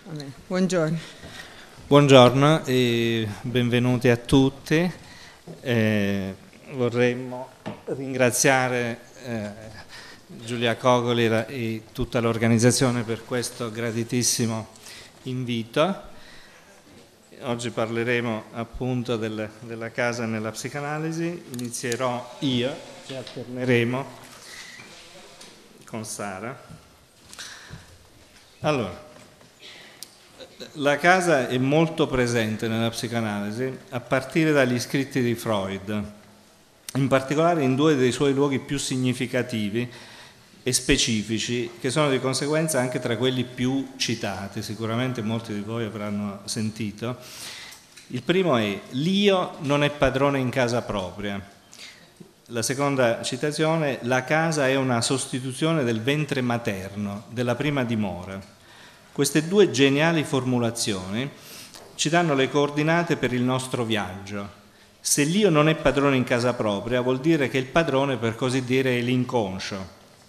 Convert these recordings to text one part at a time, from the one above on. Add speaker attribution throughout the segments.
Speaker 1: Buongiorno.
Speaker 2: Buongiorno e benvenuti a tutti. Vorremmo ringraziare Giulia Cogoli e tutta l'organizzazione per questo graditissimo invito. Oggi parleremo appunto della casa nella psicanalisi. Inizierò io, ci alterneremo con Sara. Allora, la casa è molto presente nella psicanalisi a partire dagli scritti di Freud, in particolare in due dei suoi luoghi più significativi e specifici, che sono di conseguenza anche tra quelli più citati, sicuramente molti di voi avranno sentito. Il primo è: l'io non è padrone in casa propria. La seconda citazione: la casa è una sostituzione del ventre materno, della prima dimora. Queste due geniali formulazioni ci danno le coordinate per il nostro viaggio. Se l'io non è padrone in casa propria, vuol dire che il padrone, per così dire, è l'inconscio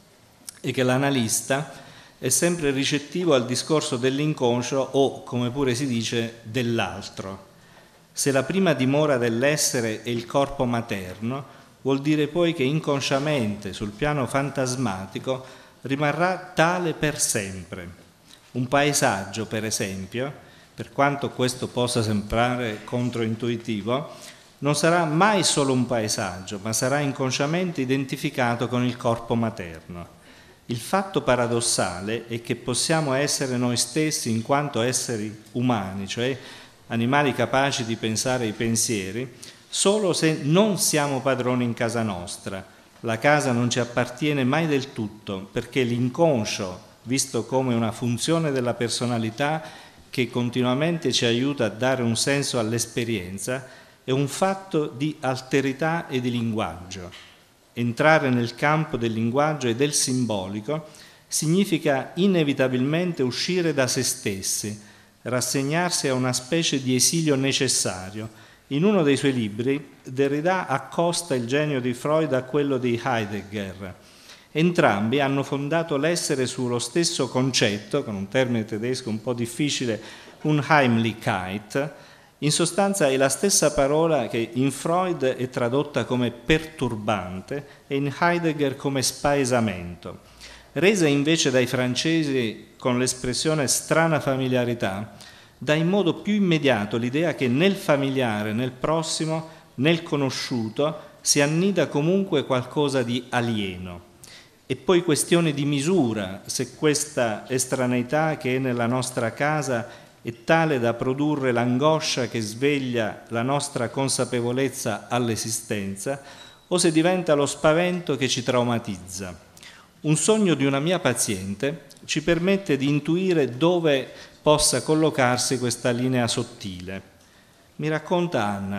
Speaker 2: e che l'analista è sempre ricettivo al discorso dell'inconscio o, come pure si dice, dell'altro. Se la prima dimora dell'essere è il corpo materno, vuol dire poi che inconsciamente, sul piano fantasmatico, rimarrà tale per sempre. Un paesaggio, per esempio, per quanto questo possa sembrare controintuitivo, non sarà mai solo un paesaggio, ma sarà inconsciamente identificato con il corpo materno. Il fatto paradossale è che possiamo essere noi stessi in quanto esseri umani, cioè animali capaci di pensare i pensieri, solo se non siamo padroni in casa nostra. La casa non ci appartiene mai del tutto, perché l'inconscio, visto come una funzione della personalità che continuamente ci aiuta a dare un senso all'esperienza, è un fatto di alterità e di linguaggio. Entrare nel campo del linguaggio e del simbolico significa inevitabilmente uscire da se stessi, rassegnarsi a una specie di esilio necessario. In uno dei suoi libri Derrida accosta il genio di Freud a quello di Heidegger. Entrambi hanno fondato l'essere sullo stesso concetto, con un termine tedesco un po' difficile, Unheimlichkeit. In sostanza è la stessa parola che in Freud è tradotta come perturbante e in Heidegger come spaesamento. Resa invece dai francesi con l'espressione strana familiarità, dà in modo più immediato l'idea che nel familiare, nel prossimo, nel conosciuto si annida comunque qualcosa di alieno. E poi questione di misura, se questa estraneità che è nella nostra casa è tale da produrre l'angoscia che sveglia la nostra consapevolezza all'esistenza o se diventa lo spavento che ci traumatizza. Un sogno di una mia paziente ci permette di intuire dove possa collocarsi questa linea sottile. Mi racconta Anna: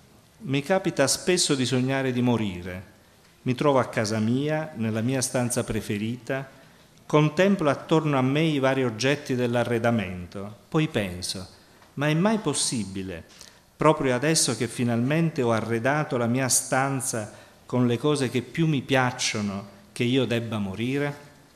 Speaker 2: mi capita spesso di sognare di morire. Mi trovo a casa mia, nella mia stanza preferita, contemplo attorno a me i vari oggetti dell'arredamento, poi penso: ma è mai possibile, proprio adesso che finalmente ho arredato la mia stanza con le cose che più mi piacciono, che io debba morire?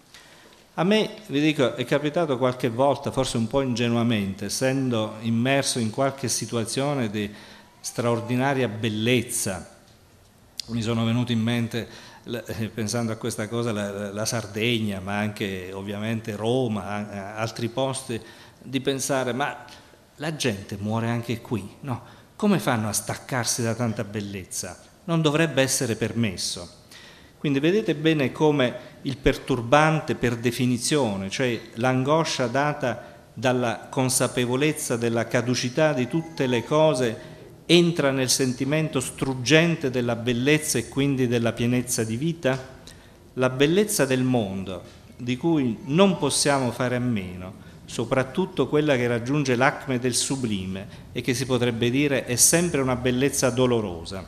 Speaker 2: A me, vi dico, è capitato qualche volta, forse un po' ingenuamente, essendo immerso in qualche situazione di straordinaria bellezza. Mi sono venuti in mente, pensando a questa cosa, la Sardegna, ma anche ovviamente Roma, altri posti, di pensare: ma la gente muore anche qui, no? Come fanno a staccarsi da tanta bellezza? Non dovrebbe essere permesso. Quindi vedete bene come il perturbante per definizione, cioè l'angoscia data dalla consapevolezza della caducità di tutte le cose, entra nel sentimento struggente della bellezza e quindi della pienezza di vita? La bellezza del mondo, di cui non possiamo fare a meno, soprattutto quella che raggiunge l'acme del sublime e che si potrebbe dire è sempre una bellezza dolorosa.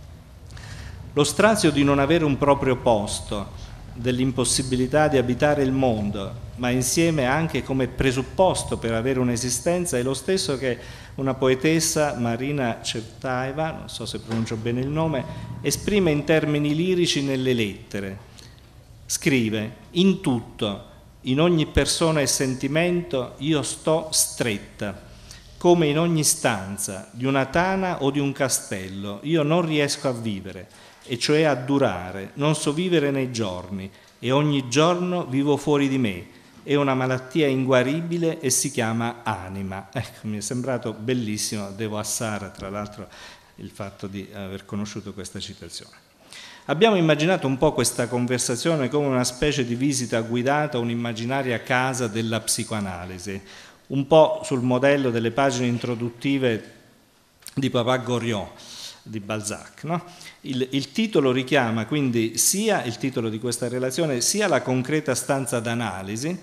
Speaker 2: Lo strazio di non avere un proprio posto, dell'impossibilità di abitare il mondo, ma insieme anche come presupposto per avere un'esistenza, è lo stesso che una poetessa, Marina Tsvetaeva, non so se pronuncio bene il nome, esprime in termini lirici nelle lettere. Scrive: in tutto, in ogni persona e sentimento io sto stretta, come in ogni stanza di una tana o di un castello. Io non riesco a vivere, e cioè a durare, non so vivere nei giorni, e ogni giorno vivo fuori di me. È una malattia inguaribile e si chiama anima. Ecco, mi è sembrato bellissimo, devo a Sara, tra l'altro, il fatto di aver conosciuto questa citazione. Abbiamo immaginato un po' questa conversazione come una specie di visita guidata a un'immaginaria casa della psicoanalisi, un po' sul modello delle pagine introduttive di Papà Goriot di Balzac, no? Il titolo richiama quindi sia il titolo di questa relazione, sia la concreta stanza d'analisi,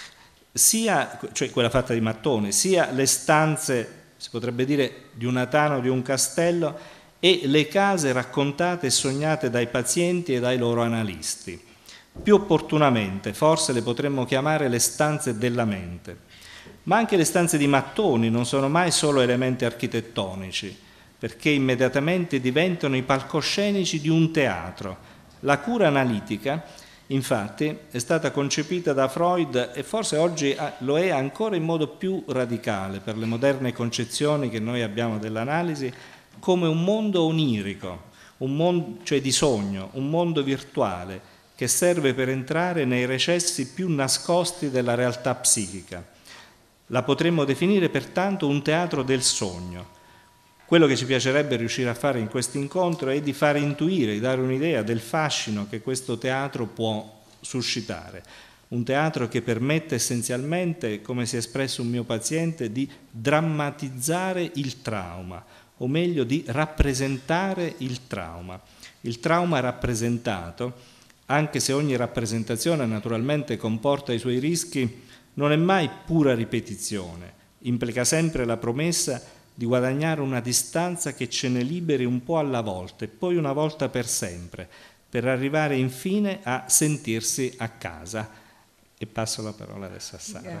Speaker 2: sia, cioè quella fatta di mattone, sia le stanze, si potrebbe dire, di una tana o di un castello, e le case raccontate e sognate dai pazienti e dai loro analisti. Più opportunamente, forse le potremmo chiamare le stanze della mente. Ma anche le stanze di mattoni non sono mai solo elementi architettonici, perché immediatamente diventano i palcoscenici di un teatro. La cura analitica, infatti, è stata concepita da Freud e forse oggi lo è ancora in modo più radicale per le moderne concezioni che noi abbiamo dell'analisi, come un mondo onirico, un mondo, cioè di sogno, un mondo virtuale che serve per entrare nei recessi più nascosti della realtà psichica. La potremmo definire pertanto un teatro del sogno. Quello che ci piacerebbe riuscire a fare in questo incontro è di fare intuire, di dare un'idea del fascino che questo teatro può suscitare. Un teatro che permette essenzialmente, come si è espresso un mio paziente, di drammatizzare il trauma, o meglio di rappresentare il trauma. Il trauma rappresentato, anche se ogni rappresentazione naturalmente comporta i suoi rischi, non è mai pura ripetizione, implica sempre la promessa di guadagnare una distanza che ce ne liberi un po' alla volta e poi una volta per sempre, per arrivare infine a sentirsi a casa. E passo la parola adesso a Sara.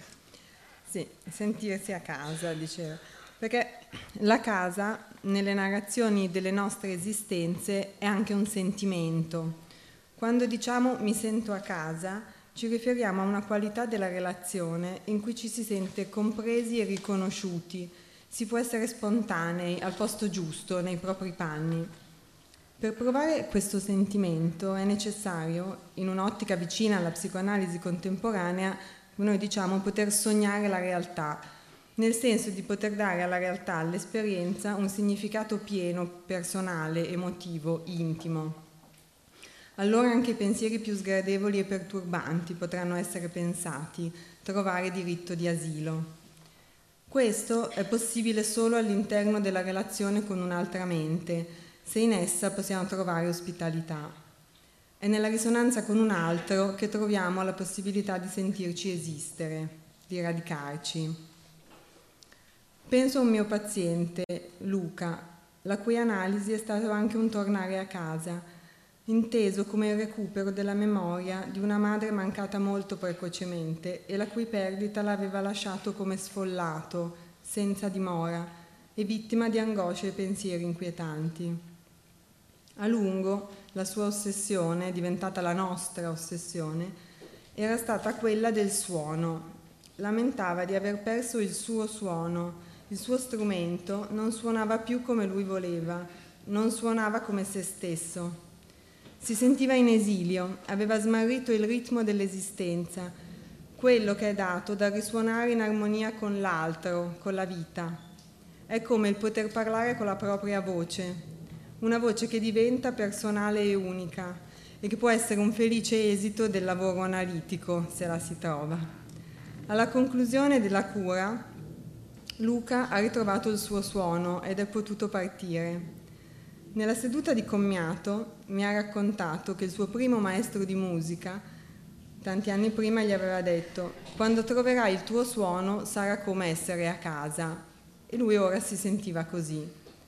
Speaker 1: Sì, sentirsi a casa, dicevo. Perché la casa, nelle narrazioni delle nostre esistenze, è anche un sentimento. Quando diciamo mi sento a casa, ci riferiamo a una qualità della relazione in cui ci si sente compresi e riconosciuti. Si può essere spontanei, al posto giusto, nei propri panni. Per provare questo sentimento è necessario, in un'ottica vicina alla psicoanalisi contemporanea, noi diciamo poter sognare la realtà, nel senso di poter dare alla realtà, all'esperienza, un significato pieno, personale, emotivo, intimo. Allora anche i pensieri più sgradevoli e perturbanti potranno essere pensati, trovare diritto di asilo. Questo è possibile solo all'interno della relazione con un'altra mente, se in essa possiamo trovare ospitalità. È nella risonanza con un altro che troviamo la possibilità di sentirci esistere, di radicarci. Penso a un mio paziente, Luca, la cui analisi è stato anche un tornare a casa, inteso come il recupero della memoria di una madre mancata molto precocemente e la cui perdita l'aveva lasciato come sfollato, senza dimora e vittima di angosce e pensieri inquietanti. A lungo la sua ossessione, diventata la nostra ossessione, era stata quella del suono. Lamentava di aver perso il suo suono. Il suo strumento non suonava più come lui voleva, non suonava come se stesso. Si sentiva in esilio, aveva smarrito il ritmo dell'esistenza, quello che è dato dal risuonare in armonia con l'altro, con la vita. È come il poter parlare con la propria voce, una voce che diventa personale e unica e che può essere un felice esito del lavoro analitico, se la si trova. Alla conclusione della cura, Luca ha ritrovato il suo suono ed è potuto partire. Nella seduta di commiato mi ha raccontato che il suo primo maestro di musica, tanti anni prima, gli aveva detto: quando troverai il tuo suono sarà come essere a casa. E lui ora si sentiva così.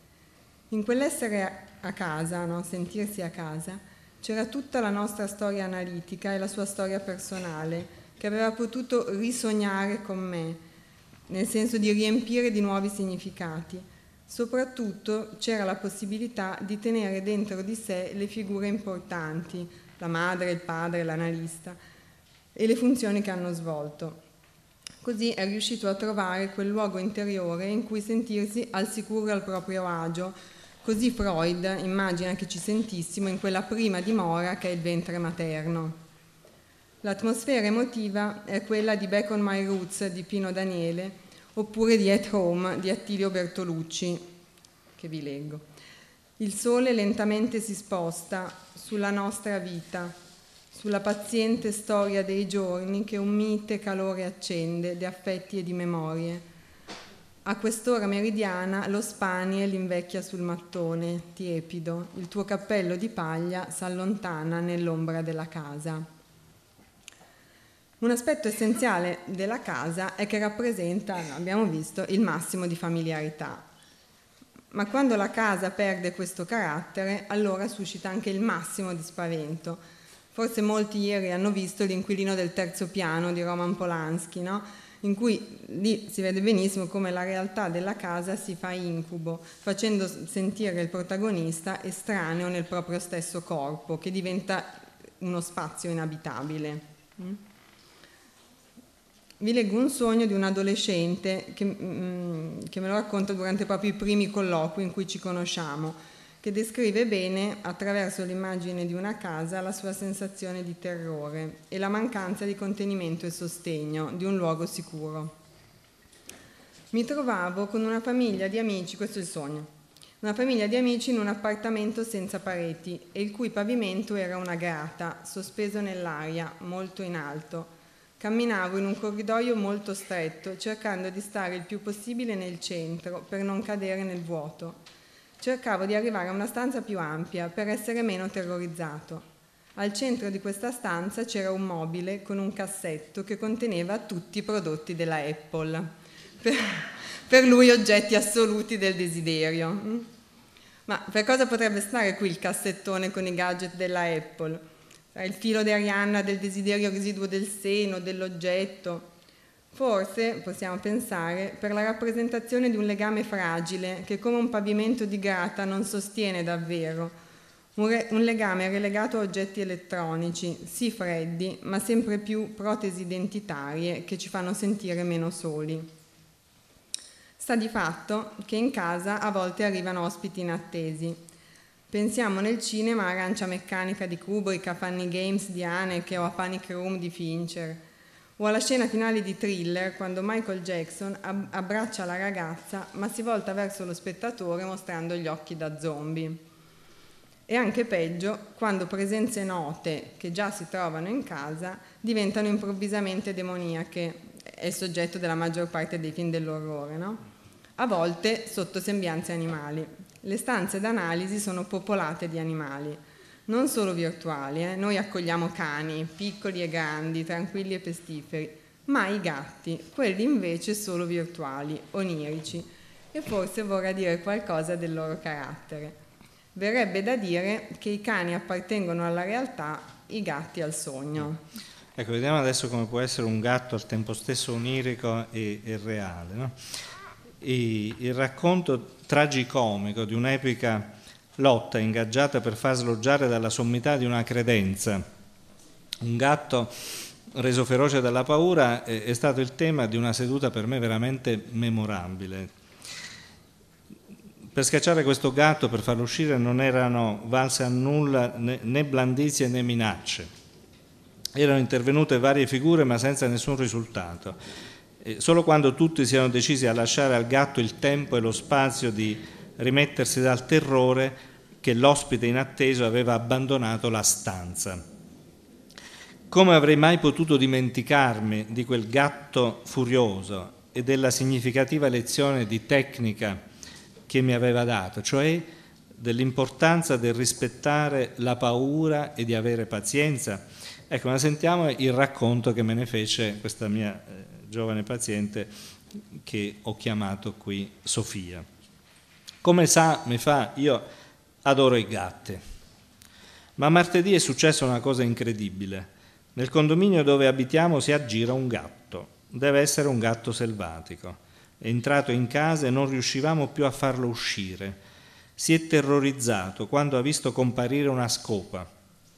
Speaker 1: In quell'essere a casa, no? Sentirsi a casa, c'era tutta la nostra storia analitica e la sua storia personale, che aveva potuto risognare con me, nel senso di riempire di nuovi significati. Soprattutto c'era la possibilità di tenere dentro di sé le figure importanti, la madre, il padre, l'analista, e le funzioni che hanno svolto. Così è riuscito a trovare quel luogo interiore in cui sentirsi al sicuro e al proprio agio. Così Freud immagina che ci sentissimo in quella prima dimora che è il ventre materno. L'atmosfera emotiva è quella di Back on My Roots di Pino Daniele oppure di At Home di Attilio Bertolucci, che vi leggo. Il sole lentamente si sposta sulla nostra vita, sulla paziente storia dei giorni che un mite calore accende di affetti e di memorie. A quest'ora meridiana lo spaniel invecchia sul mattone, tiepido, il tuo cappello di paglia s'allontana nell'ombra della casa. Un aspetto essenziale della casa è che rappresenta, abbiamo visto, il massimo di familiarità. Ma quando la casa perde questo carattere, allora suscita anche il massimo di spavento. Forse molti ieri hanno visto L'inquilino del terzo piano di Roman Polanski, no? In cui lì si vede benissimo come la realtà della casa si fa incubo, facendo sentire il protagonista estraneo nel proprio stesso corpo, che diventa uno spazio inabitabile. Vi leggo un sogno di un adolescente che me lo racconta durante proprio i primi colloqui in cui ci conosciamo, che descrive bene, attraverso l'immagine di una casa, la sua sensazione di terrore e la mancanza di contenimento e sostegno, di un luogo sicuro. Mi trovavo con una famiglia di amici, questo è il sogno, una famiglia di amici in un appartamento senza pareti e il cui pavimento era una grata, sospeso nell'aria, molto in alto. Camminavo in un corridoio molto stretto, cercando di stare il più possibile nel centro per non cadere nel vuoto. Cercavo di arrivare a una stanza più ampia per essere meno terrorizzato. Al centro di questa stanza c'era un mobile con un cassetto che conteneva tutti i prodotti della Apple. Per lui oggetti assoluti del desiderio. Ma per cosa potrebbe stare qui il cassettone con i gadget della Apple? Il filo di Arianna del desiderio residuo del seno, dell'oggetto. Forse, possiamo pensare, per la rappresentazione di un legame fragile che come un pavimento di grata non sostiene davvero. Un legame relegato a oggetti elettronici, sì freddi, ma sempre più protesi identitarie che ci fanno sentire meno soli. Sta di fatto che in casa a volte arrivano ospiti inattesi. Pensiamo nel cinema a Arancia Meccanica di Kubrick, a Funny Games di Haneke o a Panic Room di Fincher, o alla scena finale di Thriller, quando Michael Jackson abbraccia la ragazza ma si volta verso lo spettatore mostrando gli occhi da zombie. E anche peggio, quando presenze note, che già si trovano in casa, diventano improvvisamente demoniache, è il soggetto della maggior parte dei film dell'orrore, no? A volte sotto sembianze animali. Le stanze d'analisi sono popolate di animali, non solo virtuali, Noi accogliamo cani, piccoli e grandi, tranquilli e pestiferi, ma i gatti, quelli invece solo virtuali, onirici, e forse vorrà dire qualcosa del loro carattere. Verrebbe da dire che i cani appartengono alla realtà, i gatti al sogno.
Speaker 2: Ecco, vediamo adesso come può essere un gatto al tempo stesso onirico e reale, no? Il racconto tragicomico di un'epica lotta ingaggiata per far sloggiare dalla sommità di una credenza un gatto reso feroce dalla paura è stato il tema di una seduta per me veramente memorabile. Per scacciare questo gatto, per farlo uscire, non erano valse a nulla né blandizie né minacce. Erano intervenute varie figure ma senza nessun risultato. Solo quando tutti si erano decisi a lasciare al gatto il tempo e lo spazio di rimettersi dal terrore che l'ospite inatteso aveva abbandonato la stanza. Come avrei mai potuto dimenticarmi di quel gatto furioso e della significativa lezione di tecnica che mi aveva dato, cioè dell'importanza del rispettare la paura e di avere pazienza? Ecco, ma sentiamo il racconto che me ne fece questa mia giovane paziente che ho chiamato qui Sofia. Come sa, mi fa, io adoro i gatti, ma martedì è successa una cosa incredibile. Nel condominio dove abitiamo si aggira un gatto, deve essere un gatto selvatico. È entrato in casa e non riuscivamo più a farlo uscire. Si è terrorizzato quando ha visto comparire una scopa.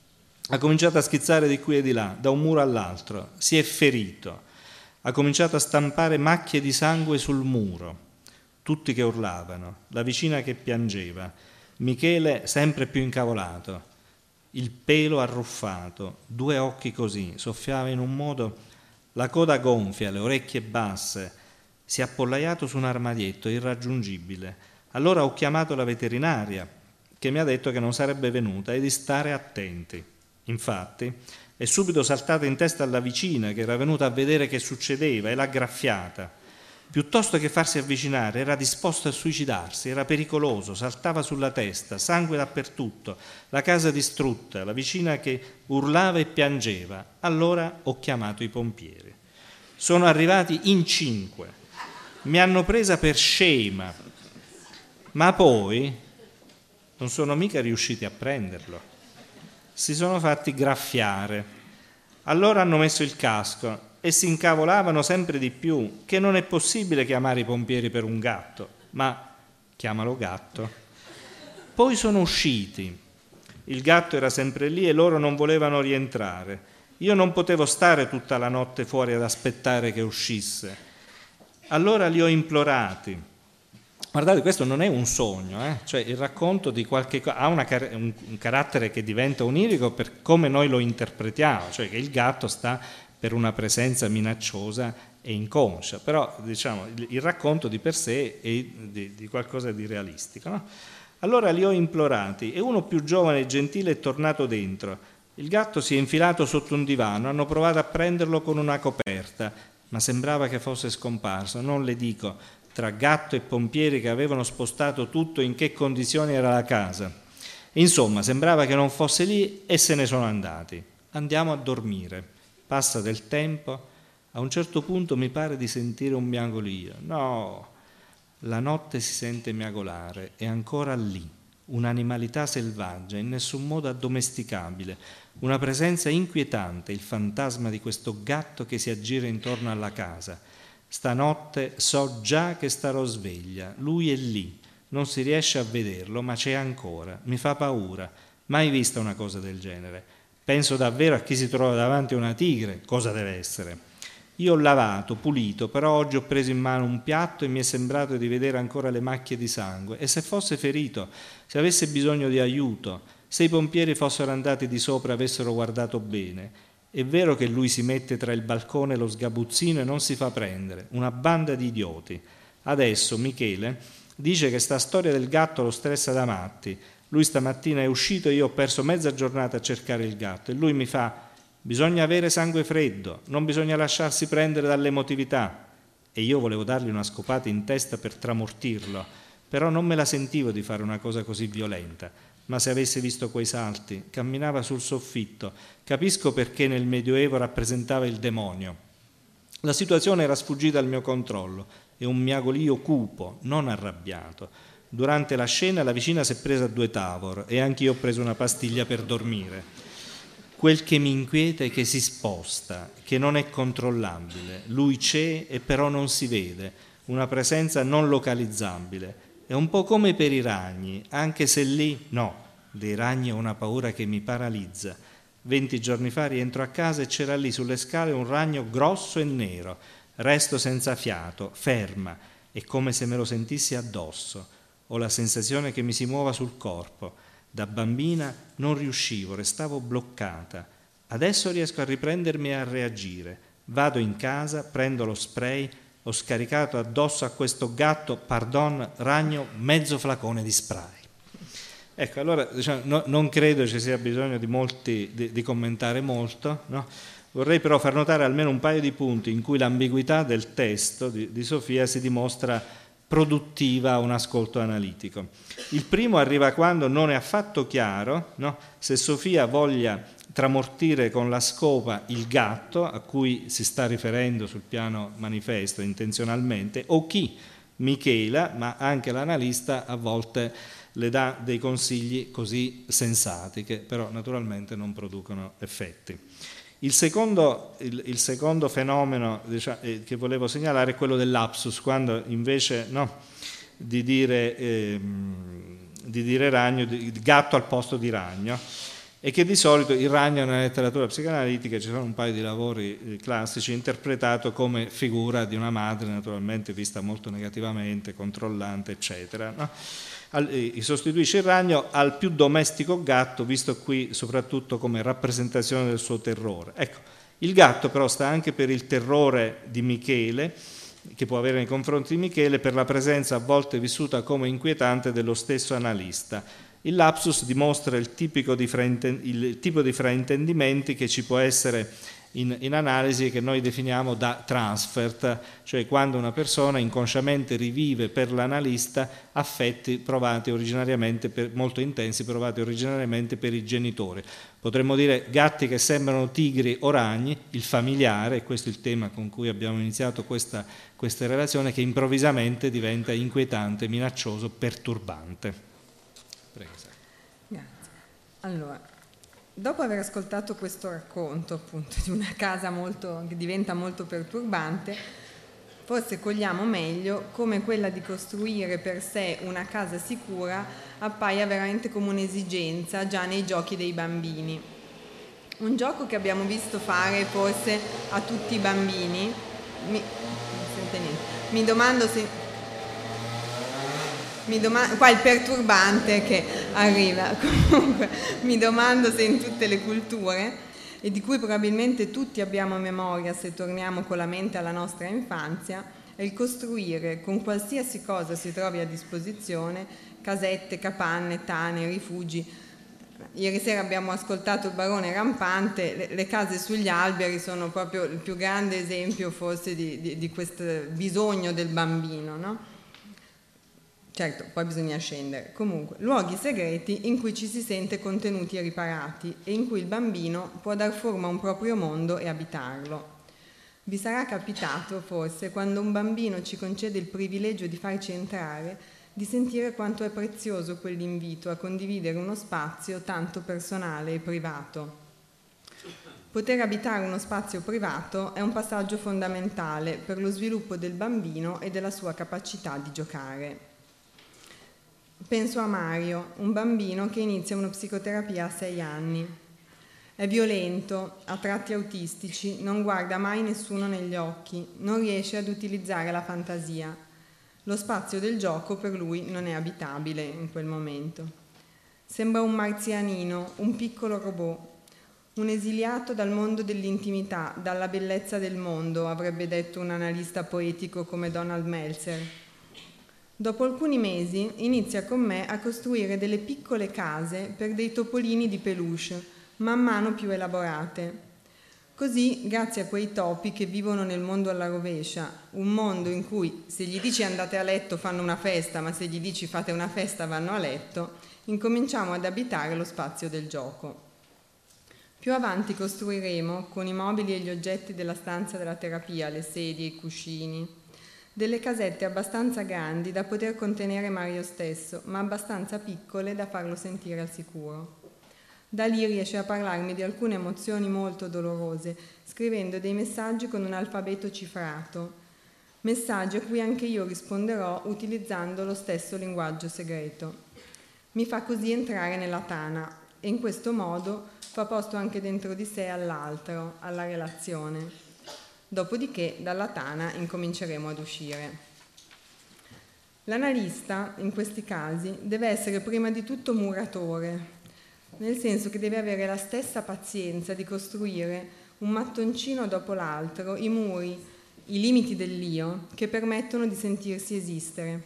Speaker 2: Ha cominciato a schizzare di qui e di là, da un muro all'altro, si è ferito, ha cominciato a stampare macchie di sangue sul muro, tutti che urlavano, la vicina che piangeva, Michele sempre più incavolato, il pelo arruffato, 2 occhi così, soffiava in un modo, la coda gonfia, le orecchie basse, si è appollaiato su un armadietto irraggiungibile. Allora ho chiamato la veterinaria, che mi ha detto che non sarebbe venuta e di stare attenti. Infatti è subito saltata in testa alla vicina che era venuta a vedere che succedeva e l'ha graffiata. Piuttosto che farsi avvicinare era disposto a suicidarsi, era pericoloso, saltava sulla testa, sangue dappertutto, la casa distrutta, la vicina che urlava e piangeva. Allora ho chiamato i pompieri. Sono arrivati in 5, mi hanno presa per scema, ma poi non sono mica riusciti a prenderlo. Si sono fatti graffiare. Allora hanno messo il casco e si incavolavano sempre di più, che non è possibile chiamare i pompieri per un gatto, ma chiamalo gatto. Poi sono usciti. Il gatto era sempre lì e loro non volevano rientrare. Io non potevo stare tutta la notte fuori ad aspettare che uscisse. Allora li ho implorati. Guardate, questo non è un sogno, cioè il racconto di qualche cosa ha un carattere che diventa onirico per come noi lo interpretiamo, cioè che il gatto sta per una presenza minacciosa e inconscia, però diciamo il racconto di per sé è di qualcosa di realistico, no? Allora li ho implorati e uno più giovane e gentile è tornato dentro. Il gatto si è infilato sotto un divano, hanno provato a prenderlo con una coperta, ma sembrava che fosse scomparso. Non le dico, tra gatto e pompieri che avevano spostato tutto, in che condizioni era la casa. Insomma, sembrava che non fosse lì e se ne sono andati. Andiamo a dormire. Passa del tempo, a un certo punto mi pare di sentire un miagolio. No, la notte si sente miagolare, è ancora lì, un'animalità selvaggia, in nessun modo addomesticabile, una presenza inquietante, il fantasma di questo gatto che si aggira intorno alla casa. Stanotte so già che starò sveglia, lui è lì, non si riesce a vederlo, ma c'è ancora, mi fa paura, mai vista una cosa del genere. Penso davvero a chi si trova davanti a una tigre, cosa deve essere. Io ho lavato, pulito, però oggi ho preso in mano un piatto e mi è sembrato di vedere ancora le macchie di sangue. E se fosse ferito, se avesse bisogno di aiuto, se i pompieri fossero andati di sopra e avessero guardato bene, è vero che lui si mette tra il balcone e lo sgabuzzino e non si fa prendere, una banda di idioti. Adesso Michele dice che sta storia del gatto lo stressa da matti. Lui stamattina è uscito e io ho perso mezza giornata a cercare il gatto e lui mi fa: bisogna avere sangue freddo, non bisogna lasciarsi prendere dall'emotività. E io volevo dargli una scopata in testa per tramortirlo, però non me la sentivo di fare una cosa così violenta. Ma se avesse visto quei salti, camminava sul soffitto, capisco perché nel Medioevo rappresentava il demonio. La situazione era sfuggita al mio controllo e un miagolio cupo, non arrabbiato. Durante la scena la vicina si è presa 2 Tavor e anch'io ho preso una pastiglia per dormire. Quel che mi inquieta è che si sposta, che non è controllabile. Lui c'è e però non si vede, una presenza non localizzabile. È un po' come per i ragni, anche se lì no, dei ragni ho una paura che mi paralizza. 20 giorni fa rientro a casa e c'era lì sulle scale un ragno grosso e nero. Resto senza fiato, ferma, è come se me lo sentissi addosso. Ho la sensazione che mi si muova sul corpo. Da bambina non riuscivo, restavo bloccata. Adesso riesco a riprendermi e a reagire. Vado in casa, prendo lo spray, ho scaricato addosso a questo gatto, ragno, mezzo flacone di spray. Ecco, allora diciamo, non credo ci sia bisogno di commentare molto, no? Vorrei però far notare almeno un paio di punti in cui l'ambiguità del testo di Sofia si dimostra produttiva a un ascolto analitico. Il primo arriva quando non è affatto chiaro, no, se Sofia voglia tramortire con la scopa il gatto a cui si sta riferendo sul piano manifesto intenzionalmente, o chi, Michela, ma anche l'analista a volte le dà dei consigli così sensati che però naturalmente non producono effetti. Il secondo fenomeno che volevo segnalare è quello dell'lapsus, quando invece di dire ragno, di gatto al posto di ragno. e che di solito il ragno nella letteratura psicanalitica, ci sono un paio di lavori classici, interpretato come figura di una madre naturalmente vista molto negativamente, controllante, eccetera, no? Sostituisce il ragno al più domestico gatto, visto qui soprattutto come rappresentazione del suo terrore. Ecco, il gatto però sta anche per il terrore di Michele, che può avere nei confronti di Michele, per la presenza a volte vissuta come inquietante dello stesso analista. Il lapsus dimostra il tipo di fraintendimenti che ci può essere in analisi, che noi definiamo da transfert, cioè quando una persona inconsciamente rivive per l'analista affetti provati originariamente, molto intensi, provati originariamente per i genitori. Potremmo dire gatti che sembrano tigri o ragni, il familiare, e questo è il tema con cui abbiamo iniziato questa relazione, che improvvisamente diventa inquietante, minaccioso, perturbante.
Speaker 1: Grazie. Allora, dopo aver ascoltato questo racconto appunto di una casa che diventa molto perturbante, forse cogliamo meglio come quella di costruire per sé una casa sicura appaia veramente come un'esigenza già nei giochi dei bambini. Un gioco che abbiamo visto fare forse a tutti i bambini. Mi domando se... qua il perturbante che arriva, comunque mi domando se in tutte le culture, e di cui probabilmente tutti abbiamo memoria se torniamo con la mente alla nostra infanzia, è il costruire con qualsiasi cosa si trovi a disposizione, casette, capanne, tane, rifugi. Ieri sera abbiamo ascoltato il barone rampante, le case sugli alberi sono proprio il più grande esempio forse di questo bisogno del bambino, no? Certo, poi bisogna scendere. Comunque, luoghi segreti in cui ci si sente contenuti e riparati e in cui il bambino può dar forma a un proprio mondo e abitarlo. Vi sarà capitato, forse, quando un bambino ci concede il privilegio di farci entrare, di sentire quanto è prezioso quell'invito a condividere uno spazio tanto personale e privato. Poter abitare uno spazio privato è un passaggio fondamentale per lo sviluppo del bambino e della sua capacità di giocare. Penso a Mario, un bambino che inizia una psicoterapia a 6 anni. È violento, ha tratti autistici, non guarda mai nessuno negli occhi, non riesce ad utilizzare la fantasia. Lo spazio del gioco per lui non è abitabile in quel momento. Sembra un marzianino, un piccolo robot, un esiliato dal mondo dell'intimità, dalla bellezza del mondo, avrebbe detto un analista poetico come Donald Meltzer. Dopo alcuni mesi inizia con me a costruire delle piccole case per dei topolini di peluche, man mano più elaborate. Così, grazie a quei topi che vivono nel mondo alla rovescia, un mondo in cui se gli dici andate a letto fanno una festa, ma se gli dici fate una festa vanno a letto, incominciamo ad abitare lo spazio del gioco. Più avanti costruiremo, con i mobili e gli oggetti della stanza della terapia, le sedie, i cuscini, delle casette abbastanza grandi da poter contenere Mario stesso, ma abbastanza piccole da farlo sentire al sicuro. Da lì riesce a parlarmi di alcune emozioni molto dolorose, scrivendo dei messaggi con un alfabeto cifrato, messaggi a cui anche io risponderò utilizzando lo stesso linguaggio segreto. Mi fa così entrare nella tana e in questo modo fa posto anche dentro di sé all'altro, alla relazione. Dopodiché dalla tana incominceremo ad uscire. L'analista, in questi casi, deve essere prima di tutto muratore, nel senso che deve avere la stessa pazienza di costruire un mattoncino dopo l'altro, i muri, i limiti dell'io, che permettono di sentirsi esistere.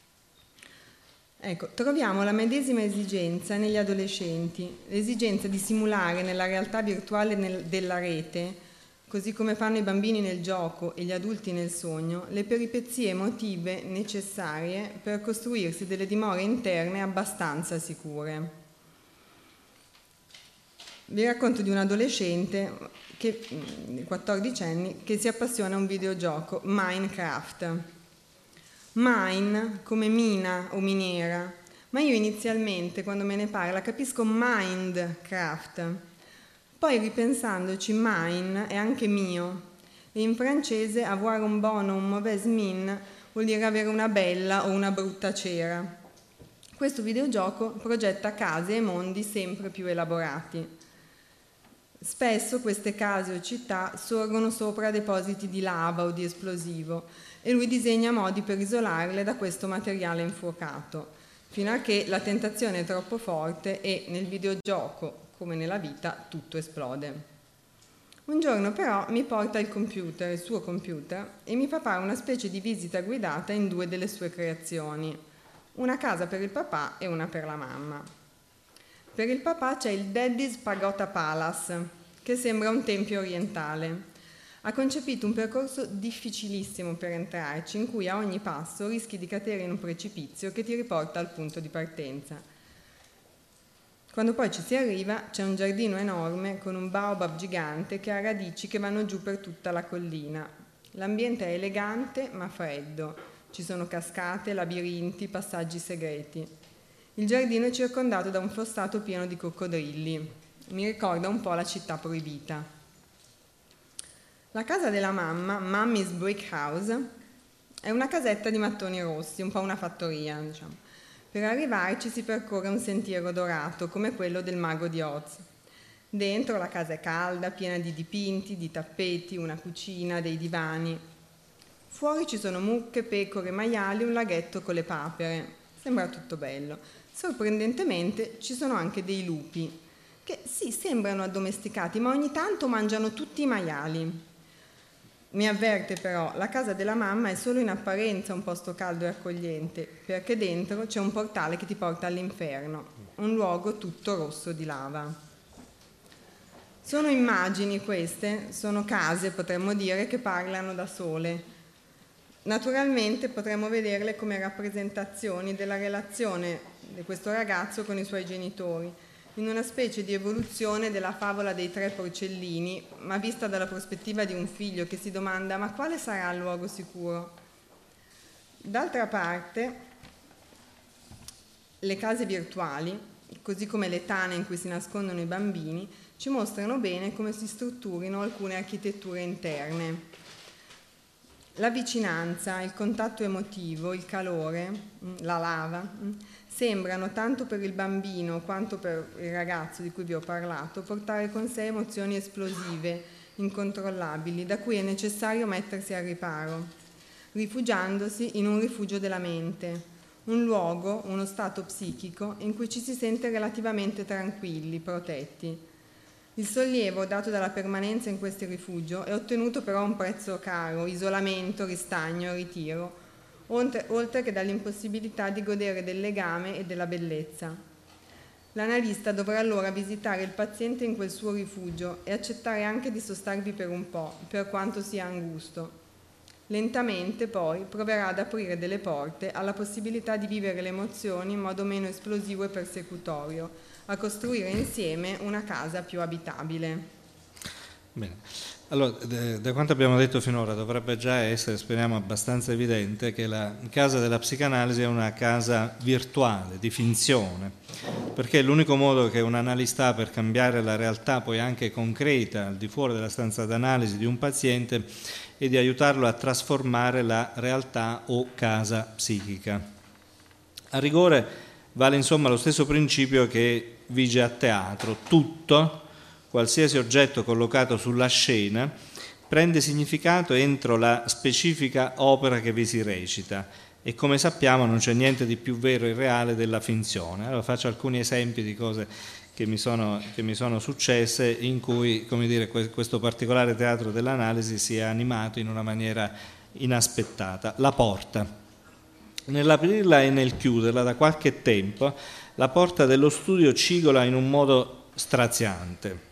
Speaker 1: Ecco, troviamo la medesima esigenza negli adolescenti, l'esigenza di simulare nella realtà virtuale della rete, così come fanno i bambini nel gioco e gli adulti nel sogno, le peripezie emotive necessarie per costruirsi delle dimore interne abbastanza sicure. Vi racconto di un adolescente di 14 anni che si appassiona a un videogioco, Minecraft. Mine come mina o miniera, ma io inizialmente quando me ne parla capisco Mindcraft. Poi ripensandoci, mine è anche mio, e in francese avoir un bon o un mauvaise mine vuol dire avere una bella o una brutta cera. questo videogioco progetta case e mondi sempre più elaborati. Spesso queste case o città sorgono sopra depositi di lava o di esplosivo e lui disegna modi per isolarle da questo materiale infuocato, fino a che la tentazione è troppo forte e nel videogioco, come nella vita, tutto esplode. Un giorno però mi porta il suo computer, e mi fa fare una specie di visita guidata in 2 delle sue creazioni, una casa per il papà e una per la mamma. Per il papà c'è il Daddy's Pagoda Palace, che sembra un tempio orientale. Ha concepito un percorso difficilissimo per entrarci, in cui a ogni passo rischi di cadere in un precipizio che ti riporta al punto di partenza. Quando poi ci si arriva, c'è un giardino enorme con un baobab gigante che ha radici che vanno giù per tutta la collina. L'ambiente è elegante ma freddo. Ci sono cascate, labirinti, passaggi segreti. Il giardino è circondato da un fossato pieno di coccodrilli. Mi ricorda un po' la città proibita. La casa della mamma, Mummy's Brick House, è una casetta di mattoni rossi, un po' una fattoria, diciamo. Per arrivarci si percorre un sentiero dorato, come quello del mago di Oz. Dentro la casa è calda, piena di dipinti, di tappeti, una cucina, dei divani. Fuori ci sono mucche, pecore, maiali, un laghetto con le papere. Sembra tutto bello. Sorprendentemente ci sono anche dei lupi, che sì, sembrano addomesticati, ma ogni tanto mangiano tutti i maiali. Mi avverte però, la casa della mamma è solo in apparenza un posto caldo e accogliente, perché dentro c'è un portale che ti porta all'inferno, un luogo tutto rosso di lava. Sono immagini queste, sono case, potremmo dire, che parlano da sole. Naturalmente potremmo vederle come rappresentazioni della relazione di questo ragazzo con i suoi genitori, in una specie di evoluzione della favola dei 3 porcellini, ma vista dalla prospettiva di un figlio che si domanda: ma quale sarà il luogo sicuro? D'altra parte, le case virtuali, così come le tane in cui si nascondono i bambini, ci mostrano bene come si strutturino alcune architetture interne. La vicinanza, il contatto emotivo, il calore, la lava, sembrano, tanto per il bambino quanto per il ragazzo di cui vi ho parlato, portare con sé emozioni esplosive, incontrollabili, da cui è necessario mettersi al riparo, rifugiandosi in un rifugio della mente, un luogo, uno stato psichico in cui ci si sente relativamente tranquilli, protetti. Il sollievo dato dalla permanenza in questo rifugio è ottenuto però a un prezzo caro: isolamento, ristagno, ritiro, oltre che dall'impossibilità di godere del legame e della bellezza. L'analista dovrà allora visitare il paziente in quel suo rifugio e accettare anche di sostarvi per un po', per quanto sia angusto. Lentamente poi proverà ad aprire delle porte alla possibilità di vivere le emozioni in modo meno esplosivo e persecutorio, a costruire insieme una casa più abitabile.
Speaker 2: Bene. Allora, da quanto abbiamo detto finora dovrebbe già essere, speriamo, abbastanza evidente che la casa della psicanalisi è una casa virtuale, di finzione, perché è l'unico modo che un analista ha per cambiare la realtà poi anche concreta al di fuori della stanza d'analisi di un paziente e di aiutarlo a trasformare la realtà o casa psichica. A rigore vale insomma lo stesso principio che vige a teatro: tutto, qualsiasi oggetto collocato sulla scena, prende significato entro la specifica opera che vi si recita, e come sappiamo non c'è niente di più vero e reale della finzione. Allora faccio alcuni esempi di cose che mi sono successe in cui, come dire, questo particolare teatro dell'analisi si è animato in una maniera inaspettata. La porta. Nell'aprirla e nel chiuderla da qualche tempo, la porta dello studio cigola in un modo straziante.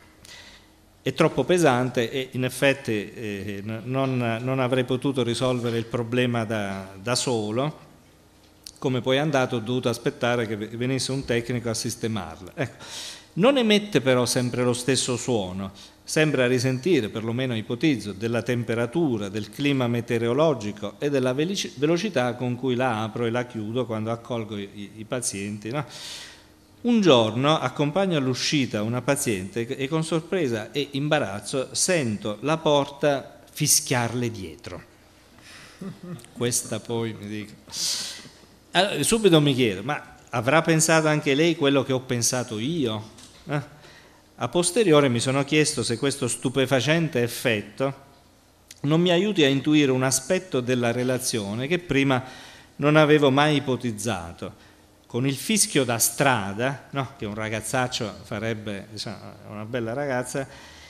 Speaker 2: È troppo pesante e in effetti non avrei potuto risolvere il problema da solo. Come poi è andato, ho dovuto aspettare che venisse un tecnico a sistemarla. Ecco. Non emette però sempre lo stesso suono, sembra risentire, perlomeno ipotizzo, della temperatura, del clima meteorologico e della velocità con cui la apro e la chiudo quando accolgo i pazienti, no? Un giorno accompagno all'uscita una paziente e con sorpresa e imbarazzo sento la porta fischiarle dietro. Questa poi mi dico. Allora, subito mi chiedo, ma avrà pensato anche lei quello che ho pensato io? A posteriore mi sono chiesto se questo stupefacente effetto non mi aiuti a intuire un aspetto della relazione che prima non avevo mai ipotizzato. Con il fischio da strada, no? Che un ragazzaccio farebbe, diciamo, una bella ragazza,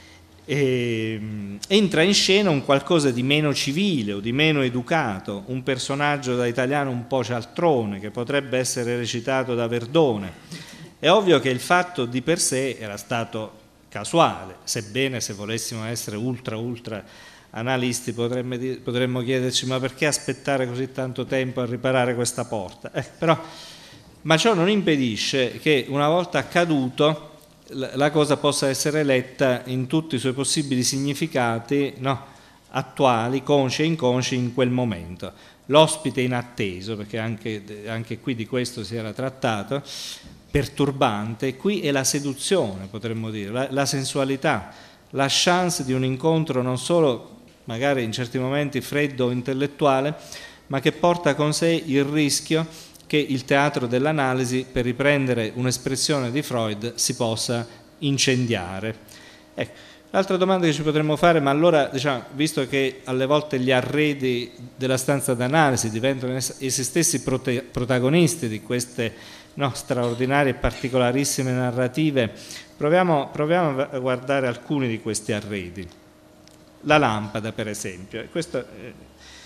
Speaker 2: entra in scena un qualcosa di meno civile o di meno educato, un personaggio da italiano un po' cialtrone che potrebbe essere recitato da Verdone. È ovvio che il fatto di per sé era stato casuale, sebbene, se volessimo essere ultra analisti, potremmo chiederci: ma perché aspettare così tanto tempo a riparare questa porta? Ma ciò non impedisce che, una volta accaduto, la cosa possa essere letta in tutti i suoi possibili significati, no? Attuali, consci e inconsci in quel momento. L'ospite inatteso, perché anche qui di questo si era trattato, perturbante, qui è la seduzione, potremmo dire, la sensualità, la chance di un incontro non solo magari in certi momenti freddo o intellettuale, ma che porta con sé il rischio che il teatro dell'analisi, per riprendere un'espressione di Freud, si possa incendiare. Ecco, l'altra domanda che ci potremmo fare: ma allora, diciamo, visto che alle volte gli arredi della stanza d'analisi diventano essi stessi protagonisti di queste straordinarie e particolarissime narrative, proviamo a guardare alcuni di questi arredi. La lampada, per esempio. Questo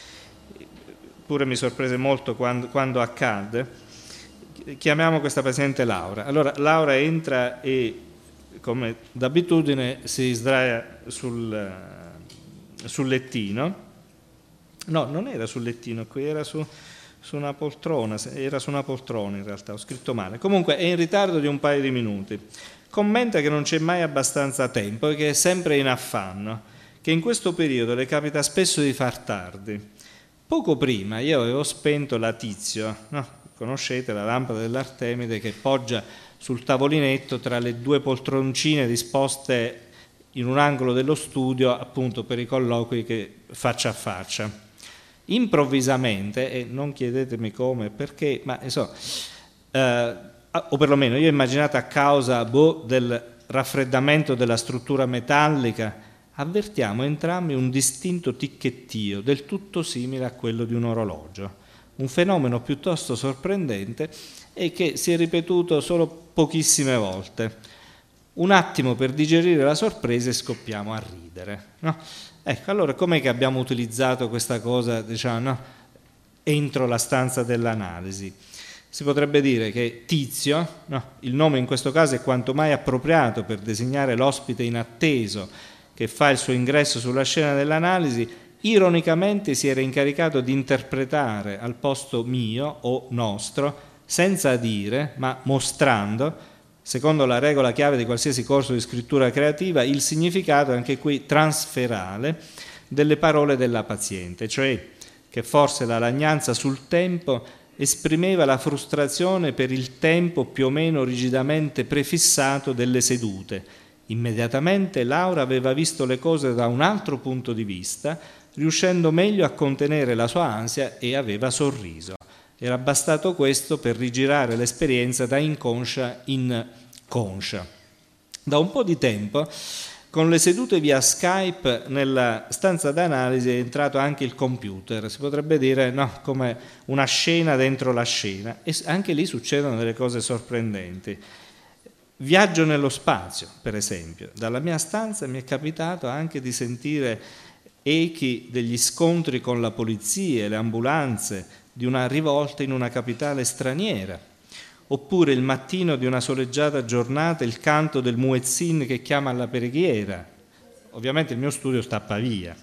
Speaker 2: pure mi sorprese molto quando accadde. Chiamiamo questa paziente Laura. Allora Laura entra e, come d'abitudine, si sdraia sul lettino. No, non era sul lettino, qui era su una poltrona, era su una poltrona in realtà, ho scritto male. Comunque è in ritardo di un paio di minuti. Commenta che non c'è mai abbastanza tempo e che è sempre in affanno, che in questo periodo le capita spesso di far tardi. Poco prima io avevo spento la Tizio, no? Conoscete la lampada dell'Artemide che poggia sul tavolinetto tra le due poltroncine disposte in un angolo dello studio, appunto per i colloqui che faccia a faccia. Improvvisamente, e non chiedetemi come e perché, ma o perlomeno io ho immaginato a causa del raffreddamento della struttura metallica, avvertiamo entrambi un distinto ticchettio del tutto simile a quello di un orologio, un fenomeno piuttosto sorprendente e che si è ripetuto solo pochissime volte. Un attimo per digerire la sorpresa e scoppiamo a ridere, no? Ecco, allora com'è che abbiamo utilizzato questa cosa, diciamo, entro la stanza dell'analisi? Si potrebbe dire che Tizio, il nome in questo caso è quanto mai appropriato per designare l'ospite inatteso che fa il suo ingresso sulla scena dell'analisi, ironicamente si era incaricato di interpretare al posto mio o nostro, senza dire, ma mostrando, secondo la regola chiave di qualsiasi corso di scrittura creativa, il significato, anche qui transferale, delle parole della paziente, cioè che forse la lagnanza sul tempo esprimeva la frustrazione per il tempo più o meno rigidamente prefissato delle sedute. Immediatamente Laura aveva visto le cose da un altro punto di vista, riuscendo meglio a contenere la sua ansia, e aveva sorriso. Era bastato questo per rigirare l'esperienza da inconscia in conscia. Da un po' di tempo, con le sedute via Skype, nella stanza d'analisi è entrato anche il computer, si potrebbe dire come una scena dentro la scena, e anche lì succedono delle cose sorprendenti. Viaggio nello spazio, per esempio. Dalla mia stanza mi è capitato anche di sentire echi degli scontri con la polizia e le ambulanze di una rivolta in una capitale straniera, oppure il mattino di una soleggiata giornata il canto del muezzin che chiama alla preghiera. Ovviamente il mio studio sta a Pavia.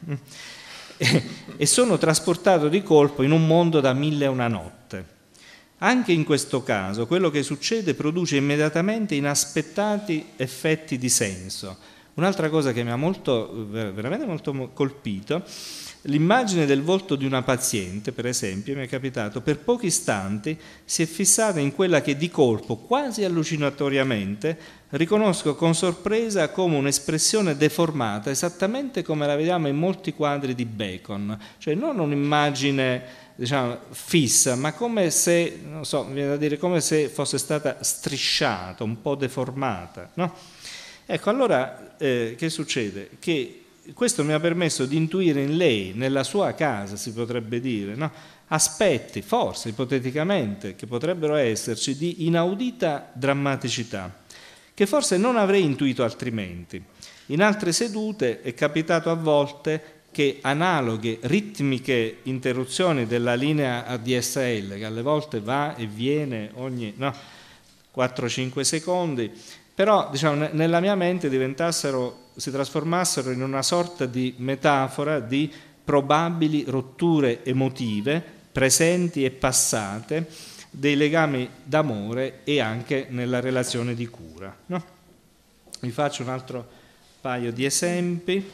Speaker 2: E sono trasportato di colpo in un mondo da 1001 notte. Anche in questo caso quello che succede produce immediatamente inaspettati effetti di senso, Un'altra cosa che mi ha veramente molto colpito, l'immagine del volto di una paziente, per esempio, mi è capitato, per pochi istanti si è fissata in quella che di colpo, quasi allucinatoriamente, riconosco con sorpresa come un'espressione deformata, esattamente come la vediamo in molti quadri di Bacon, cioè non un'immagine, diciamo, fissa, ma come se, non so, mi viene da dire, come se fosse stata strisciata, un po' deformata, no? Ecco, allora che succede? Che questo mi ha permesso di intuire in lei, nella sua casa si potrebbe dire, no? Aspetti, forse ipoteticamente, che potrebbero esserci di inaudita drammaticità, che forse non avrei intuito altrimenti. In altre sedute è capitato a volte che analoghe ritmiche interruzioni della linea ADSL, che alle volte va e viene ogni 4-5 secondi, però diciamo, nella mia mente si trasformassero in una sorta di metafora di probabili rotture emotive presenti e passate, dei legami d'amore e anche nella relazione di cura, no? Vi faccio un altro paio di esempi.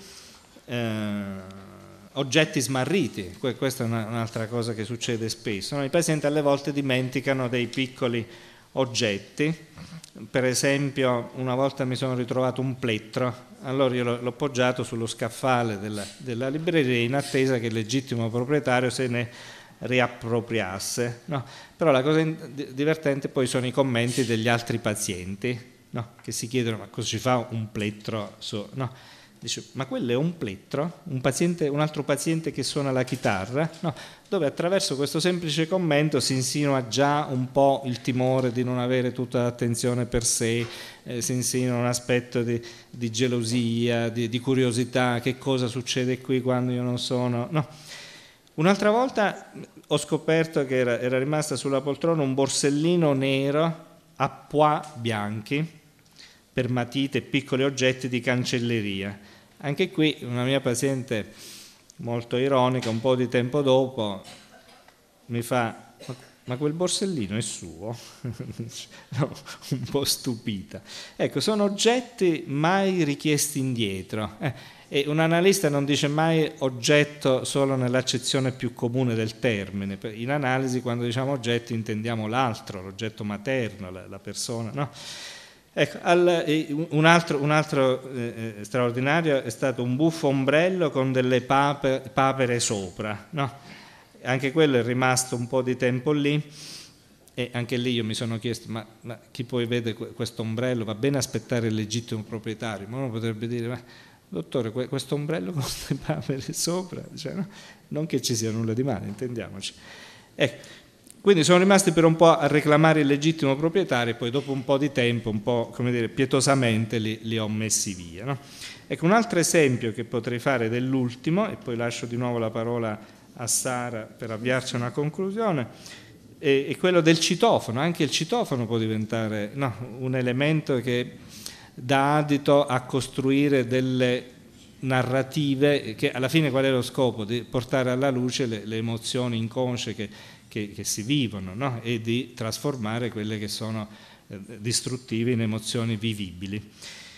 Speaker 2: Oggetti smarriti, questa è un'altra cosa che succede spesso, no? I pazienti alle volte dimenticano dei piccoli oggetti. Per esempio, una volta mi sono ritrovato un plettro, allora io l'ho poggiato sullo scaffale della libreria in attesa che il legittimo proprietario se ne riappropriasse, no? Però la cosa divertente poi sono i commenti degli altri pazienti, no? Che si chiedono: ma cosa ci fa un plettro? No? Dice: ma quello è un plettro? Un altro paziente che suona la chitarra? No, dove attraverso questo semplice commento si insinua già un po' il timore di non avere tutta l'attenzione per sé, si insinua un aspetto di gelosia, di curiosità, che cosa succede qui quando io non sono... No. Un'altra volta ho scoperto che era rimasta sulla poltrona un borsellino nero a pois bianchi per matite e piccoli oggetti di cancelleria. Anche qui una mia paziente molto ironica, un po' di tempo dopo, mi fa: ma quel borsellino è suo? No, un po' stupita. Ecco, sono oggetti mai richiesti indietro. E un analista non dice mai oggetto solo nell'accezione più comune del termine. In analisi, quando diciamo oggetti, intendiamo l'altro, l'oggetto materno, la persona, no? Ecco, un altro straordinario è stato un buffo ombrello con delle papere sopra, no? Anche quello è rimasto un po' di tempo lì, e anche lì io mi sono chiesto: ma chi poi vede questo ombrello? Va bene aspettare il legittimo proprietario, ma uno potrebbe dire: ma dottore, questo ombrello con queste papere sopra, cioè, no? Non che ci sia nulla di male, intendiamoci. Ecco, quindi sono rimasti per un po' a reclamare il legittimo proprietario, e poi dopo un po' di tempo, un po', come dire, pietosamente li ho messi via, no? Ecco, un altro esempio che potrei fare dell'ultimo, e poi lascio di nuovo la parola a Sara per avviarci a una conclusione, è quello del citofono. Anche il citofono può diventare un elemento che dà adito a costruire delle narrative che alla fine qual è lo scopo? Di portare alla luce le emozioni inconsce che si vivono, no? E di trasformare quelle che sono distruttive in emozioni vivibili.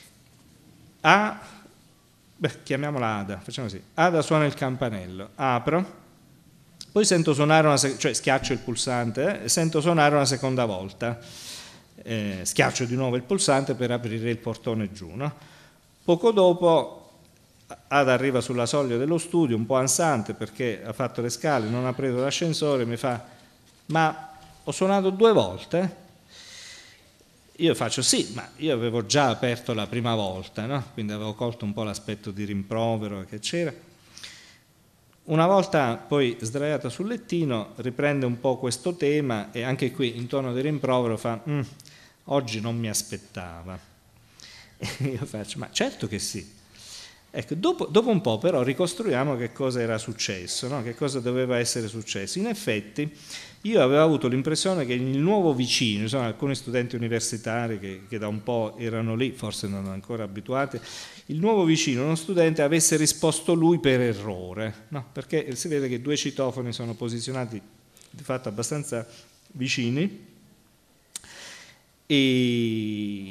Speaker 2: Chiamiamola Ada, facciamo così. Ada suona il campanello, apro, poi sento suonare cioè schiaccio il pulsante e sento suonare una seconda volta, schiaccio di nuovo il pulsante per aprire il portone giù, no? Poco dopo Ada arriva sulla soglia dello studio un po' ansante perché ha fatto le scale, non ha preso l'ascensore, mi fa: ma ho suonato 2 volte? Io faccio: sì, ma io avevo già aperto la prima volta, no? Quindi avevo colto un po' l'aspetto di rimprovero che c'era. Una volta poi sdraiata sul lettino riprende un po' questo tema e anche qui in tono di rimprovero fa: oggi non mi aspettava. E io faccio: ma certo che sì. Ecco, dopo un po' però ricostruiamo che cosa era successo, no? Che cosa doveva essere successo. In effetti io avevo avuto l'impressione che il nuovo vicino, insomma, alcuni studenti universitari che da un po' erano lì, forse non ancora abituati, il nuovo vicino, uno studente, avesse risposto lui per errore, no? Perché si vede che 2 citofoni sono posizionati di fatto abbastanza vicini e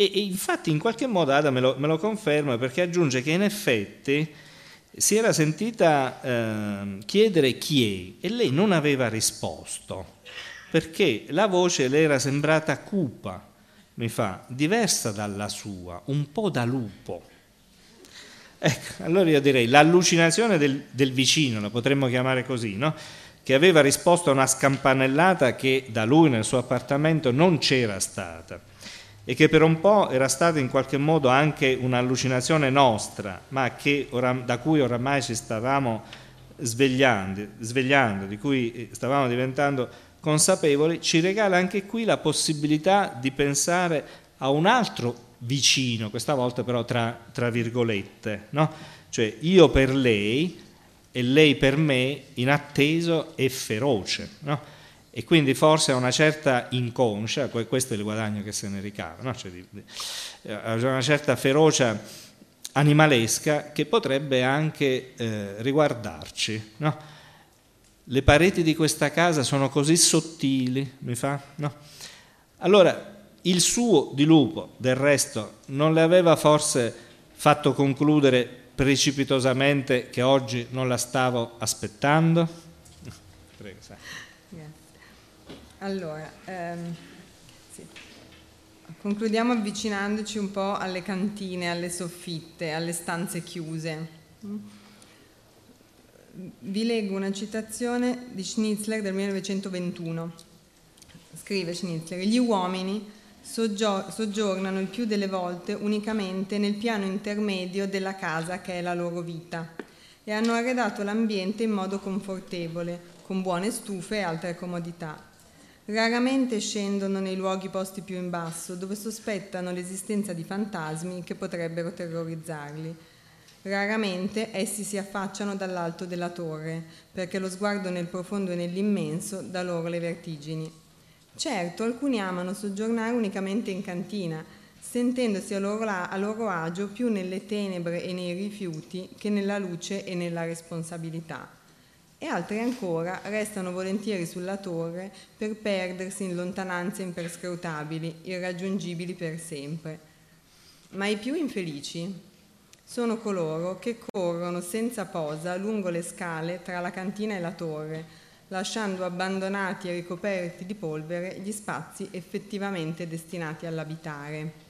Speaker 2: E infatti in qualche modo Ada me lo conferma, perché aggiunge che in effetti si era sentita chiedere chi è, e lei non aveva risposto, perché la voce le era sembrata cupa, diversa dalla sua, un po' da lupo. Ecco, allora io direi l'allucinazione del vicino, la potremmo chiamare così, no? Che aveva risposto a una scampanellata che da lui nel suo appartamento non c'era stata, e che per un po' era stata in qualche modo anche un'allucinazione nostra, ma che da cui oramai ci stavamo svegliando, di cui stavamo diventando consapevoli, ci regala anche qui la possibilità di pensare a un altro vicino, questa volta però tra virgolette, no? Cioè io per lei e lei per me, inatteso e feroce, no? E quindi forse a una certa inconscia, questo è il guadagno che se ne ricava, no? Cioè una certa ferocia animalesca che potrebbe anche riguardarci, no? Le pareti di questa casa sono così sottili, no? Allora, il suo di lupo, del resto, non le aveva forse fatto concludere precipitosamente che oggi non la stavo aspettando? Prego, sai.
Speaker 1: Allora, sì. Concludiamo avvicinandoci un po' alle cantine, alle soffitte, alle stanze chiuse. Vi leggo una citazione di Schnitzler del 1921. Scrive Schnitzler: gli uomini soggiornano il più delle volte unicamente nel piano intermedio della casa che è la loro vita, e hanno arredato l'ambiente in modo confortevole, con buone stufe e altre comodità. Raramente scendono nei luoghi posti più in basso, dove sospettano l'esistenza di fantasmi che potrebbero terrorizzarli. Raramente essi si affacciano dall'alto della torre, perché lo sguardo nel profondo e nell'immenso dà loro le vertigini. Certo, alcuni amano soggiornare unicamente in cantina, sentendosi a loro agio più nelle tenebre e nei rifiuti che nella luce e nella responsabilità. E altri ancora restano volentieri sulla torre per perdersi in lontananze imperscrutabili, irraggiungibili per sempre. Ma i più infelici sono coloro che corrono senza posa lungo le scale tra la cantina e la torre, lasciando abbandonati e ricoperti di polvere gli spazi effettivamente destinati all'abitare.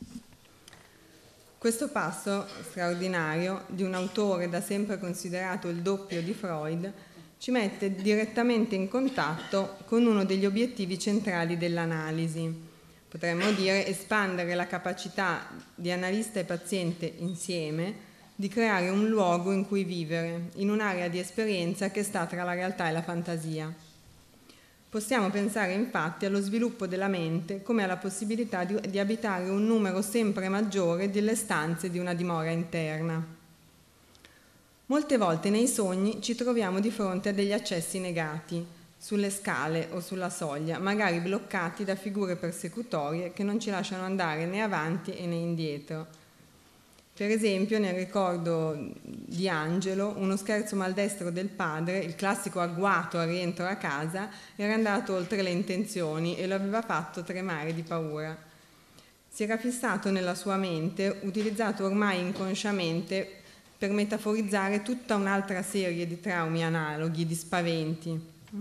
Speaker 1: Questo passo straordinario di un autore da sempre considerato il doppio di Freud ci mette direttamente in contatto con uno degli obiettivi centrali dell'analisi. Potremmo dire espandere la capacità di analista e paziente insieme di creare un luogo in cui vivere, in un'area di esperienza che sta tra la realtà e la fantasia. Possiamo pensare infatti allo sviluppo della mente come alla possibilità di abitare un numero sempre maggiore delle stanze di una dimora interna. Molte volte nei sogni ci troviamo di fronte a degli accessi negati, sulle scale o sulla soglia, magari bloccati da figure persecutorie che non ci lasciano andare né avanti né indietro. Per esempio, nel ricordo di Angelo, uno scherzo maldestro del padre, il classico agguato al rientro a casa, era andato oltre le intenzioni e lo aveva fatto tremare di paura. Si era fissato nella sua mente, utilizzato ormai inconsciamente per metaforizzare tutta un'altra serie di traumi analoghi, di spaventi.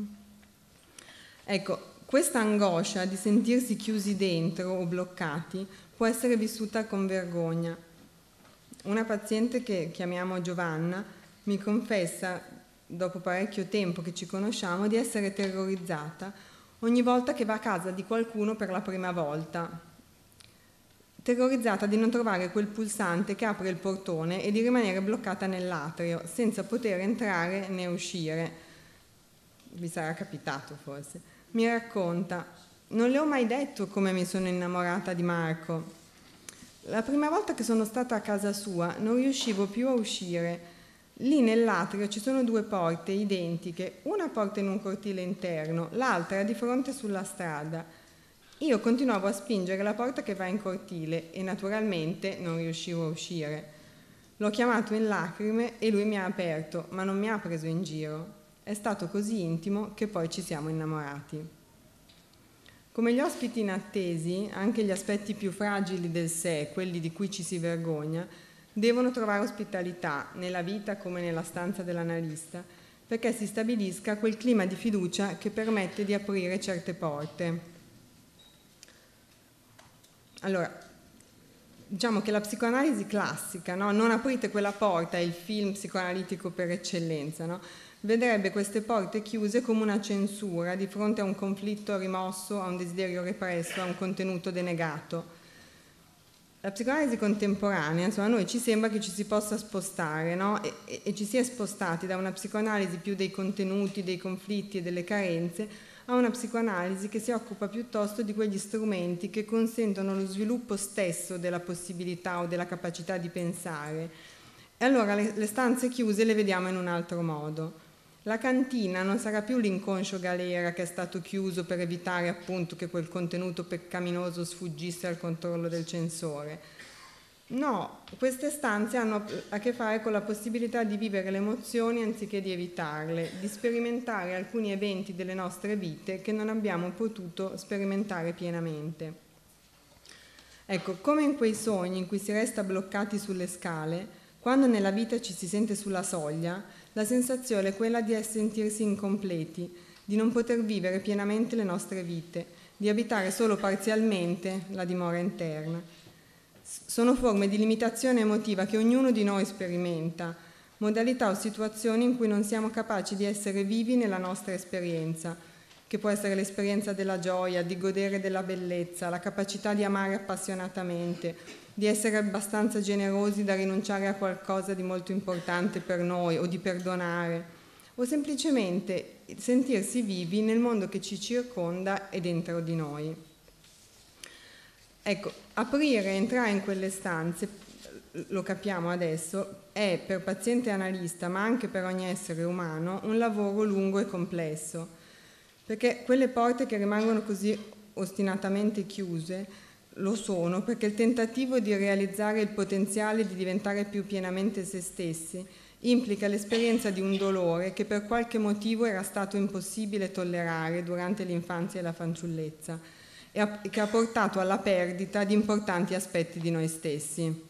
Speaker 1: Ecco, questa angoscia di sentirsi chiusi dentro o bloccati può essere vissuta con vergogna. Una paziente che chiamiamo Giovanna mi confessa, dopo parecchio tempo che ci conosciamo, di essere terrorizzata ogni volta che va a casa di qualcuno per la prima volta. Terrorizzata di non trovare quel pulsante che apre il portone e di rimanere bloccata nell'atrio, senza poter entrare né uscire. Vi sarà capitato forse. Mi racconta: non le ho mai detto come mi sono innamorata di Marco. La prima volta che sono stata a casa sua non riuscivo più a uscire. Lì nell'atrio ci sono due porte identiche, una porta in un cortile interno, l'altra di fronte sulla strada. Io continuavo a spingere la porta che va in cortile e naturalmente non riuscivo a uscire. L'ho chiamato in lacrime e lui mi ha aperto, ma non mi ha preso in giro. È stato così intimo che poi ci siamo innamorati. Come gli ospiti inattesi, anche gli aspetti più fragili del sé, quelli di cui ci si vergogna, devono trovare ospitalità nella vita come nella stanza dell'analista, perché si stabilisca quel clima di fiducia che permette di aprire certe porte. Allora, diciamo che la psicoanalisi classica, no? Non aprite quella porta, è il film psicoanalitico per eccellenza, no? Vedrebbe queste porte chiuse come una censura di fronte a un conflitto rimosso, a un desiderio represso, a un contenuto denegato. La psicoanalisi contemporanea, insomma, a noi ci sembra che ci si possa spostare, no? E ci si è spostati da una psicoanalisi più dei contenuti, dei conflitti e delle carenze a una psicoanalisi che si occupa piuttosto di quegli strumenti che consentono lo sviluppo stesso della possibilità o della capacità di pensare. E allora le stanze chiuse le vediamo in un altro modo. La cantina non sarà più l'inconscio galera che è stato chiuso per evitare appunto che quel contenuto peccaminoso sfuggisse al controllo del censore. No, queste stanze hanno a che fare con la possibilità di vivere le emozioni anziché di evitarle, di sperimentare alcuni eventi delle nostre vite che non abbiamo potuto sperimentare pienamente. Ecco, come in quei sogni in cui si resta bloccati sulle scale, quando nella vita ci si sente sulla soglia, la sensazione è quella di sentirsi incompleti, di non poter vivere pienamente le nostre vite, di abitare solo parzialmente la dimora interna. Sono forme di limitazione emotiva che ognuno di noi sperimenta, modalità o situazioni in cui non siamo capaci di essere vivi nella nostra esperienza, che può essere l'esperienza della gioia, di godere della bellezza, la capacità di amare appassionatamente, di essere abbastanza generosi da rinunciare a qualcosa di molto importante per noi o di perdonare, o semplicemente sentirsi vivi nel mondo che ci circonda e dentro di noi. Ecco, aprire e entrare in quelle stanze, lo capiamo adesso, è per paziente analista, ma anche per ogni essere umano, un lavoro lungo e complesso, perché quelle porte che rimangono così ostinatamente chiuse lo sono perché il tentativo di realizzare il potenziale di diventare più pienamente se stessi implica l'esperienza di un dolore che per qualche motivo era stato impossibile tollerare durante l'infanzia e la fanciullezza e che ha portato alla perdita di importanti aspetti di noi stessi.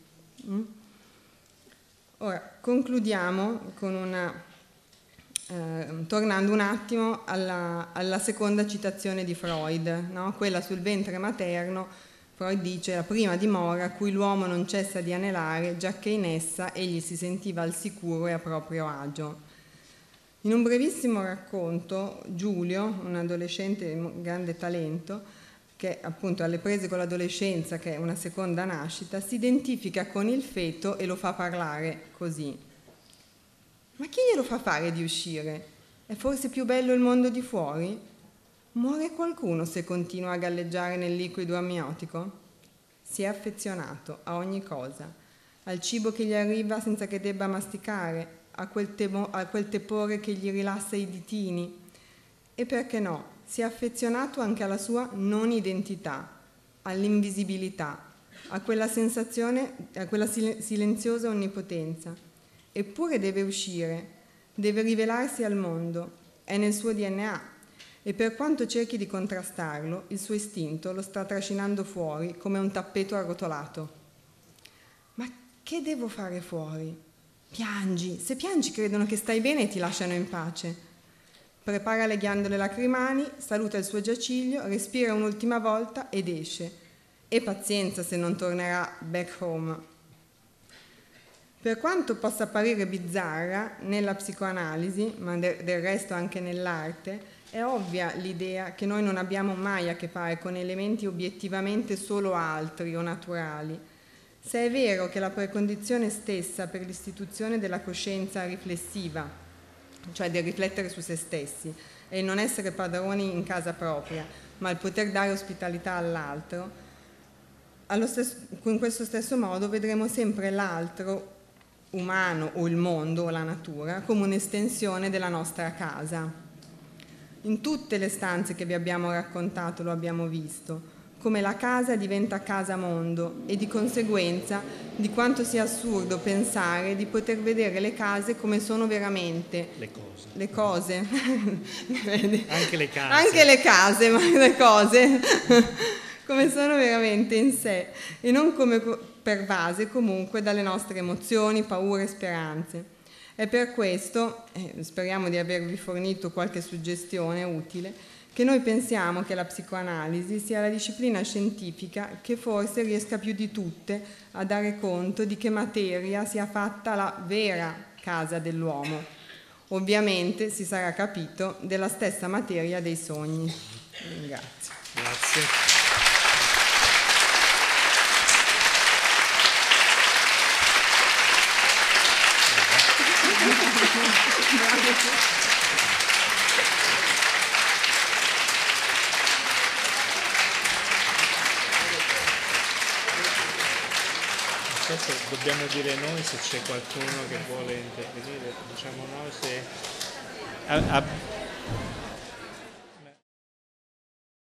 Speaker 1: Ora, concludiamo con tornando un attimo alla seconda citazione di Freud, no? Quella sul ventre materno. Freud dice la prima dimora a cui l'uomo non cessa di anelare, giacché in essa egli si sentiva al sicuro e a proprio agio. In un brevissimo racconto, Giulio, un adolescente di grande talento, che appunto alle prese con l'adolescenza, che è una seconda nascita, si identifica con il feto e lo fa parlare così. Ma chi glielo fa fare di uscire? È forse più bello il mondo di fuori? Muore qualcuno se continua a galleggiare nel liquido amniotico? Si è affezionato a ogni cosa, al cibo che gli arriva senza che debba masticare, a quel tepore che gli rilassa i ditini. E perché no, si è affezionato anche alla sua non identità, all'invisibilità, a quella sensazione, a quella silenziosa onnipotenza. Eppure deve uscire, deve rivelarsi al mondo, è nel suo DNA. E per quanto cerchi di contrastarlo, il suo istinto lo sta trascinando fuori come un tappeto arrotolato. Ma che devo fare fuori? Piangi, se piangi credono che stai bene e ti lasciano in pace. Prepara le ghiandole lacrimali, saluta il suo giaciglio, respira un'ultima volta ed esce. E pazienza se non tornerà back home. Per quanto possa apparire bizzarra, nella psicoanalisi, ma del resto anche nell'arte, è ovvia l'idea che noi non abbiamo mai a che fare con elementi obiettivamente solo altri o naturali. Se è vero che la precondizione stessa per l'istituzione della coscienza riflessiva, cioè del riflettere su se stessi e non essere padroni in casa propria, ma il poter dare ospitalità all'altro, in questo stesso modo vedremo sempre l'altro umano o il mondo o la natura come un'estensione della nostra casa. In tutte le stanze che vi abbiamo raccontato lo abbiamo visto. come la casa diventa casa mondo e di conseguenza di quanto sia assurdo pensare di poter vedere le case come sono veramente. Le cose.
Speaker 3: Anche le case.
Speaker 1: Anche le case, ma le cose come sono veramente in sé e non come pervase comunque dalle nostre emozioni, paure e speranze. È per questo, speriamo di avervi fornito qualche suggestione utile, che noi pensiamo che la psicoanalisi sia la disciplina scientifica che forse riesca più di tutte a dare conto di che materia sia fatta la vera casa dell'uomo. Ovviamente, si sarà capito, della stessa materia dei sogni. Ringrazio.
Speaker 3: Grazie. Adesso dobbiamo dire noi se c'è qualcuno che vuole intervenire, diciamo noi se...